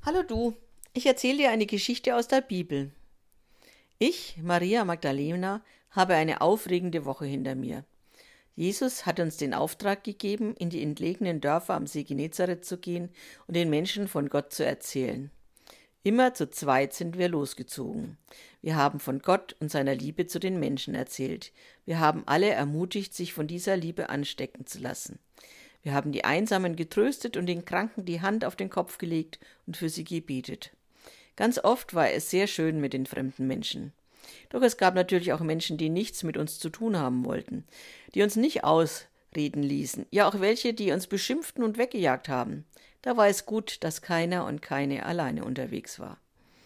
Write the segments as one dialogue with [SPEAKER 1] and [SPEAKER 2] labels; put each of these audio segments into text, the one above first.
[SPEAKER 1] Hallo du, ich erzähle dir eine Geschichte aus der Bibel. Ich, Maria Magdalena, habe eine aufregende Woche hinter mir. Jesus hat uns den Auftrag gegeben, in die entlegenen Dörfer am See Genezareth zu gehen und den Menschen von Gott zu erzählen. Immer zu zweit sind wir losgezogen. Wir haben von Gott und seiner Liebe zu den Menschen erzählt. Wir haben alle ermutigt, sich von dieser Liebe anstecken zu lassen. Wir haben die Einsamen getröstet und den Kranken die Hand auf den Kopf gelegt und für sie gebetet. Ganz oft war es sehr schön mit den fremden Menschen. Doch es gab natürlich auch Menschen, die nichts mit uns zu tun haben wollten, die uns nicht ausreden ließen, ja auch welche, die uns beschimpften und weggejagt haben. Da war es gut, dass keiner und keine alleine unterwegs war.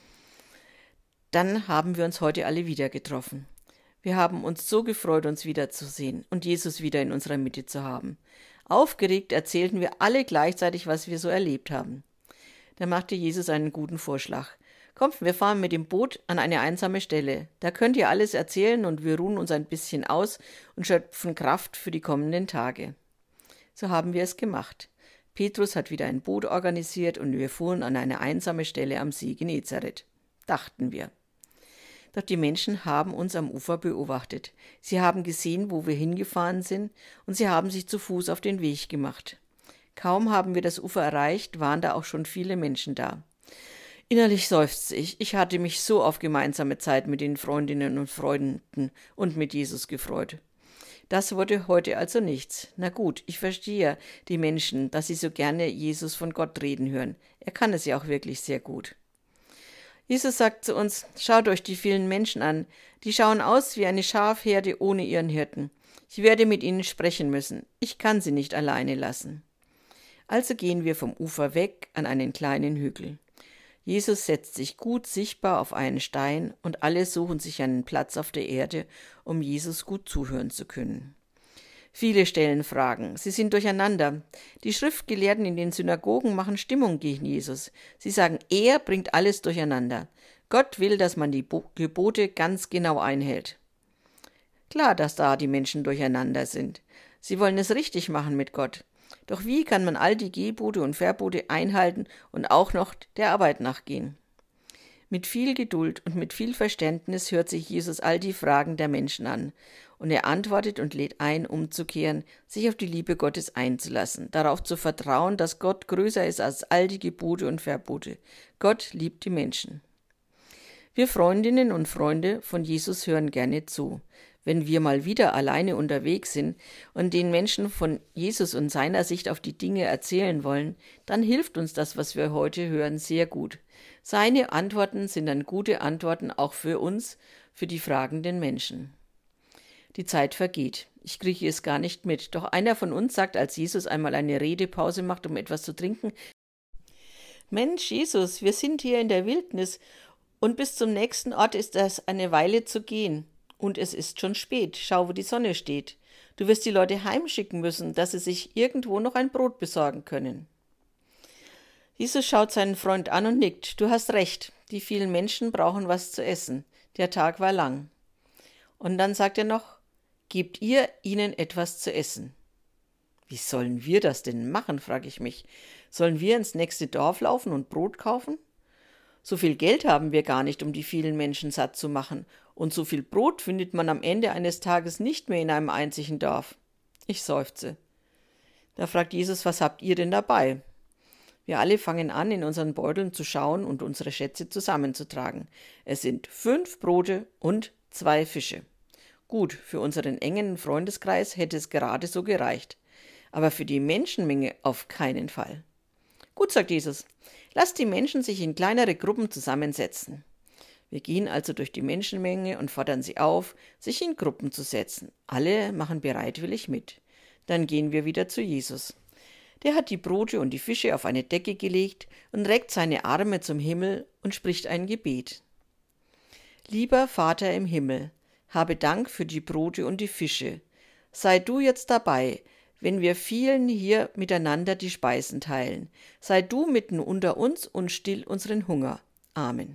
[SPEAKER 1] Dann haben wir uns heute alle wieder getroffen. Wir haben uns so gefreut, uns wiederzusehen und Jesus wieder in unserer Mitte zu haben. Aufgeregt erzählten wir alle gleichzeitig, was wir so erlebt haben. Da machte Jesus einen guten Vorschlag. Kommt, wir fahren mit dem Boot an eine einsame Stelle. Da könnt ihr alles erzählen und wir ruhen uns ein bisschen aus und schöpfen Kraft für die kommenden Tage. So haben wir es gemacht. Petrus hat wieder ein Boot organisiert und wir fuhren an eine einsame Stelle am See Genezareth. Dachten wir. Doch die Menschen haben uns am Ufer beobachtet. Sie haben gesehen, wo wir hingefahren sind, und sie haben sich zu Fuß auf den Weg gemacht. Kaum haben wir das Ufer erreicht, waren da auch schon viele Menschen da. Innerlich seufzte ich. Ich hatte mich so auf gemeinsame Zeit mit den Freundinnen und Freunden und mit Jesus gefreut. Das wurde heute also nichts. Na gut, ich verstehe die Menschen, dass sie so gerne Jesus von Gott reden hören. Er kann es ja auch wirklich sehr gut. Jesus sagt zu uns, schaut euch die vielen Menschen an, die schauen aus wie eine Schafherde ohne ihren Hirten. Ich werde mit ihnen sprechen müssen, ich kann sie nicht alleine lassen. Also gehen wir vom Ufer weg an einen kleinen Hügel. Jesus setzt sich gut sichtbar auf einen Stein und alle suchen sich einen Platz auf der Erde, um Jesus gut zuhören zu können. Viele stellen Fragen. Sie sind durcheinander. Die Schriftgelehrten in den Synagogen machen Stimmung gegen Jesus. Sie sagen, er bringt alles durcheinander. Gott will, dass man die Gebote ganz genau einhält. Klar, dass da die Menschen durcheinander sind. Sie wollen es richtig machen mit Gott. Doch wie kann man all die Gebote und Verbote einhalten und auch noch der Arbeit nachgehen? Mit viel Geduld und mit viel Verständnis hört sich Jesus all die Fragen der Menschen an. Und er antwortet und lädt ein, umzukehren, sich auf die Liebe Gottes einzulassen, darauf zu vertrauen, dass Gott größer ist als all die Gebote und Verbote. Gott liebt die Menschen. Wir Freundinnen und Freunde von Jesus hören gerne zu. Wenn wir mal wieder alleine unterwegs sind und den Menschen von Jesus und seiner Sicht auf die Dinge erzählen wollen, dann hilft uns das, was wir heute hören, sehr gut. Seine Antworten sind dann gute Antworten auch für uns, für die fragenden Menschen. Die Zeit vergeht. Ich kriege es gar nicht mit. Doch einer von uns sagt, als Jesus einmal eine Redepause macht, um etwas zu trinken, Mensch, Jesus, wir sind hier in der Wildnis und bis zum nächsten Ort ist es eine Weile zu gehen. Und es ist schon spät. Schau, wo die Sonne steht. Du wirst die Leute heimschicken müssen, dass sie sich irgendwo noch ein Brot besorgen können. Jesus schaut seinen Freund an und nickt. Du hast recht. Die vielen Menschen brauchen was zu essen. Der Tag war lang. Und dann sagt er noch, gebt ihr ihnen etwas zu essen. Wie sollen wir das denn machen, frage ich mich. Sollen wir ins nächste Dorf laufen und Brot kaufen? So viel Geld haben wir gar nicht, um die vielen Menschen satt zu machen. Und so viel Brot findet man am Ende eines Tages nicht mehr in einem einzigen Dorf. Ich seufze. Da fragt Jesus, was habt ihr denn dabei? Wir alle fangen an, in unseren Beuteln zu schauen und unsere Schätze zusammenzutragen. Es sind 5 Brote und 2 Fische. Gut, für unseren engen Freundeskreis hätte es gerade so gereicht. Aber für die Menschenmenge auf keinen Fall. Gut, sagt Jesus, lasst die Menschen sich in kleinere Gruppen zusammensetzen. Wir gehen also durch die Menschenmenge und fordern sie auf, sich in Gruppen zu setzen. Alle machen bereitwillig mit. Dann gehen wir wieder zu Jesus. Der hat die Brote und die Fische auf eine Decke gelegt und reckt seine Arme zum Himmel und spricht ein Gebet. Lieber Vater im Himmel, habe Dank für die Brote und die Fische. Sei du jetzt dabei, wenn wir vielen hier miteinander die Speisen teilen. Sei du mitten unter uns und still unseren Hunger. Amen.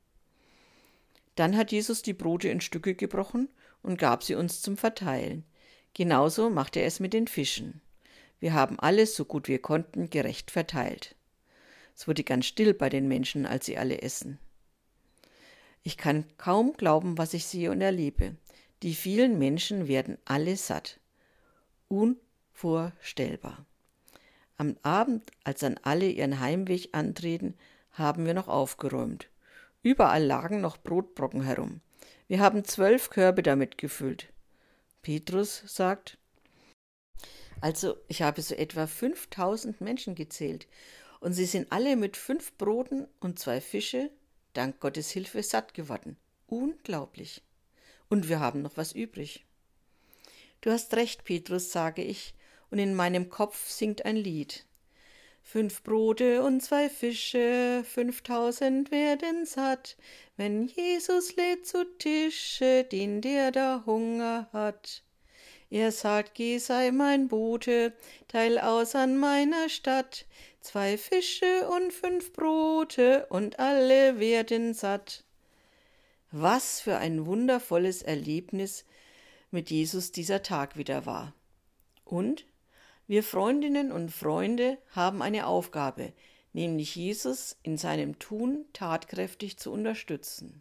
[SPEAKER 1] Dann hat Jesus die Brote in Stücke gebrochen und gab sie uns zum Verteilen. Genauso macht er es mit den Fischen. Wir haben alles, so gut wir konnten, gerecht verteilt. Es wurde ganz still bei den Menschen, als sie alle essen. Ich kann kaum glauben, was ich sehe und erlebe. Die vielen Menschen werden alle satt. Unvorstellbar. Am Abend, als dann alle ihren Heimweg antreten, haben wir noch aufgeräumt. Überall lagen noch Brotbrocken herum. Wir haben 12 Körbe damit gefüllt. Petrus sagt, also ich habe so etwa 5000 Menschen gezählt und sie sind alle mit 5 Broten und 2 Fische, dank Gottes Hilfe, satt geworden. Unglaublich. Und wir haben noch was übrig. Du hast recht, Petrus, sage ich, und in meinem Kopf singt ein Lied. 5 Brote und 2 Fische, 5000 werden satt, wenn Jesus lädt zu Tische, den der da Hunger hat. Er sagt, geh sei mein Bote, teil aus an meiner Stadt, 2 Fische und 5 Brote und alle werden satt. Was für ein wundervolles Erlebnis mit Jesus dieser Tag wieder war. Und wir Freundinnen und Freunde haben eine Aufgabe, nämlich Jesus in seinem Tun tatkräftig zu unterstützen.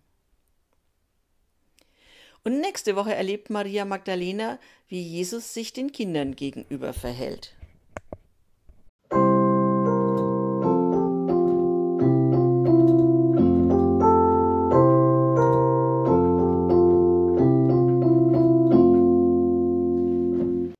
[SPEAKER 1] Und nächste Woche erlebt Maria Magdalena, wie Jesus sich den Kindern gegenüber verhält.